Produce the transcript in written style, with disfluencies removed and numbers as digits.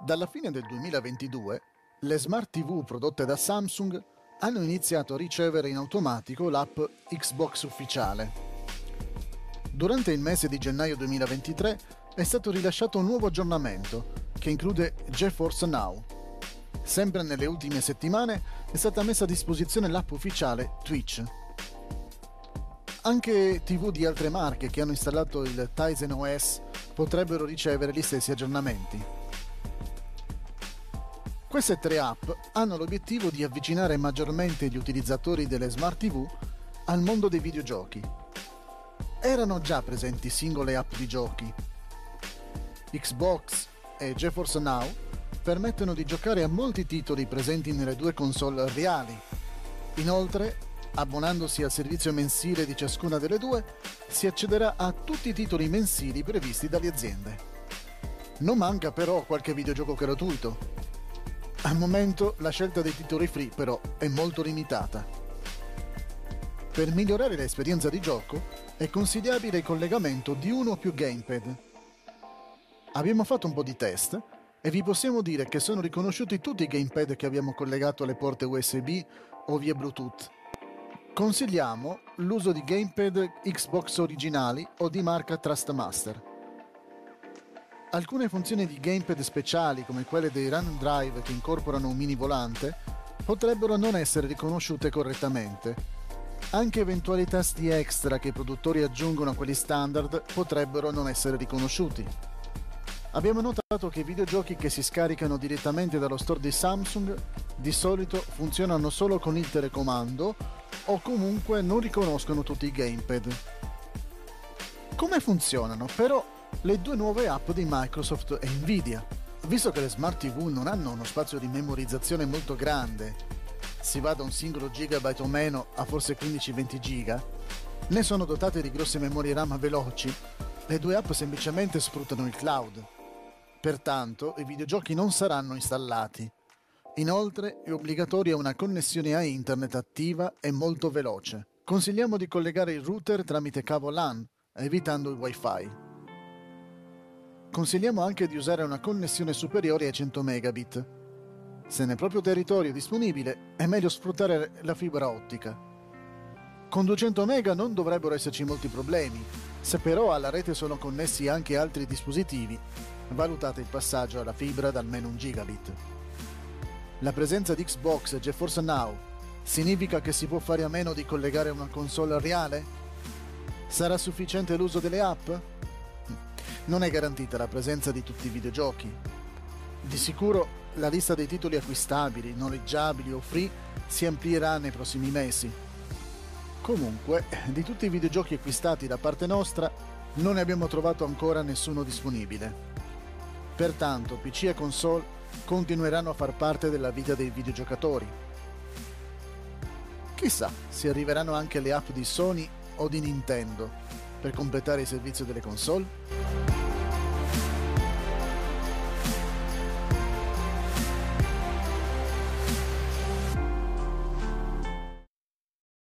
Dalla fine del 2022, le smart TV prodotte da Samsung hanno iniziato a ricevere in automatico l'app Xbox ufficiale. Durante il mese di gennaio 2023 è stato rilasciato un nuovo aggiornamento che include GeForce Now. Sempre nelle ultime settimane è stata messa a disposizione l'app ufficiale Twitch. Anche TV di altre marche che hanno installato il Tizen OS potrebbero ricevere gli stessi aggiornamenti. Queste tre app hanno l'obiettivo di avvicinare maggiormente gli utilizzatori delle smart TV al mondo dei videogiochi. Erano già presenti singole app di giochi. Xbox e GeForce Now permettono di giocare a molti titoli presenti nelle due console reali. Inoltre, abbonandosi al servizio mensile di ciascuna delle due, si accederà a tutti i titoli mensili previsti dalle aziende. Non manca però qualche videogioco gratuito. Al momento la scelta dei titoli free però è molto limitata. Per migliorare l'esperienza di gioco è consigliabile il collegamento di uno o più gamepad. Abbiamo fatto un po' di test e vi possiamo dire che sono riconosciuti tutti i gamepad che abbiamo collegato alle porte USB o via Bluetooth. Consigliamo l'uso di gamepad Xbox originali o di marca Trustmaster. Alcune funzioni di gamepad speciali, come quelle dei Run Drive che incorporano un mini volante, potrebbero non essere riconosciute correttamente. Anche eventuali tasti extra che i produttori aggiungono a quelli standard potrebbero non essere riconosciuti. Abbiamo notato che i videogiochi che si scaricano direttamente dallo store di Samsung di solito funzionano solo con il telecomando o comunque non riconoscono tutti i gamepad. Come funzionano però le due nuove app di Microsoft e Nvidia? Visto che le smart TV non hanno uno spazio di memorizzazione molto grande, si va da un singolo gigabyte o meno a forse 15-20 giga, né sono dotate di grosse memorie RAM veloci, le due app semplicemente sfruttano il cloud. Pertanto i videogiochi non saranno installati. Inoltre è obbligatoria una connessione a internet attiva e molto veloce. Consigliamo di collegare il router tramite cavo LAN, evitando il wifi. Consigliamo anche di usare una connessione superiore ai 100 megabit. Se nel proprio territorio è disponibile, è meglio sfruttare la fibra ottica. Con 200 mega non dovrebbero esserci molti problemi. Se però alla rete sono connessi anche altri dispositivi, valutate il passaggio alla fibra da almeno 1 gigabit. La presenza di Xbox e GeForce Now significa che si può fare a meno di collegare una console reale? Sarà sufficiente l'uso delle app? Non è garantita la presenza di tutti i videogiochi. Di sicuro la lista dei titoli acquistabili, noleggiabili o free si amplierà nei prossimi mesi. Comunque, di tutti i videogiochi acquistati da parte nostra, non ne abbiamo trovato ancora nessuno disponibile. Pertanto, PC e console continueranno a far parte della vita dei videogiocatori. Chissà se arriveranno anche le app di Sony o di Nintendo per completare il servizio delle console?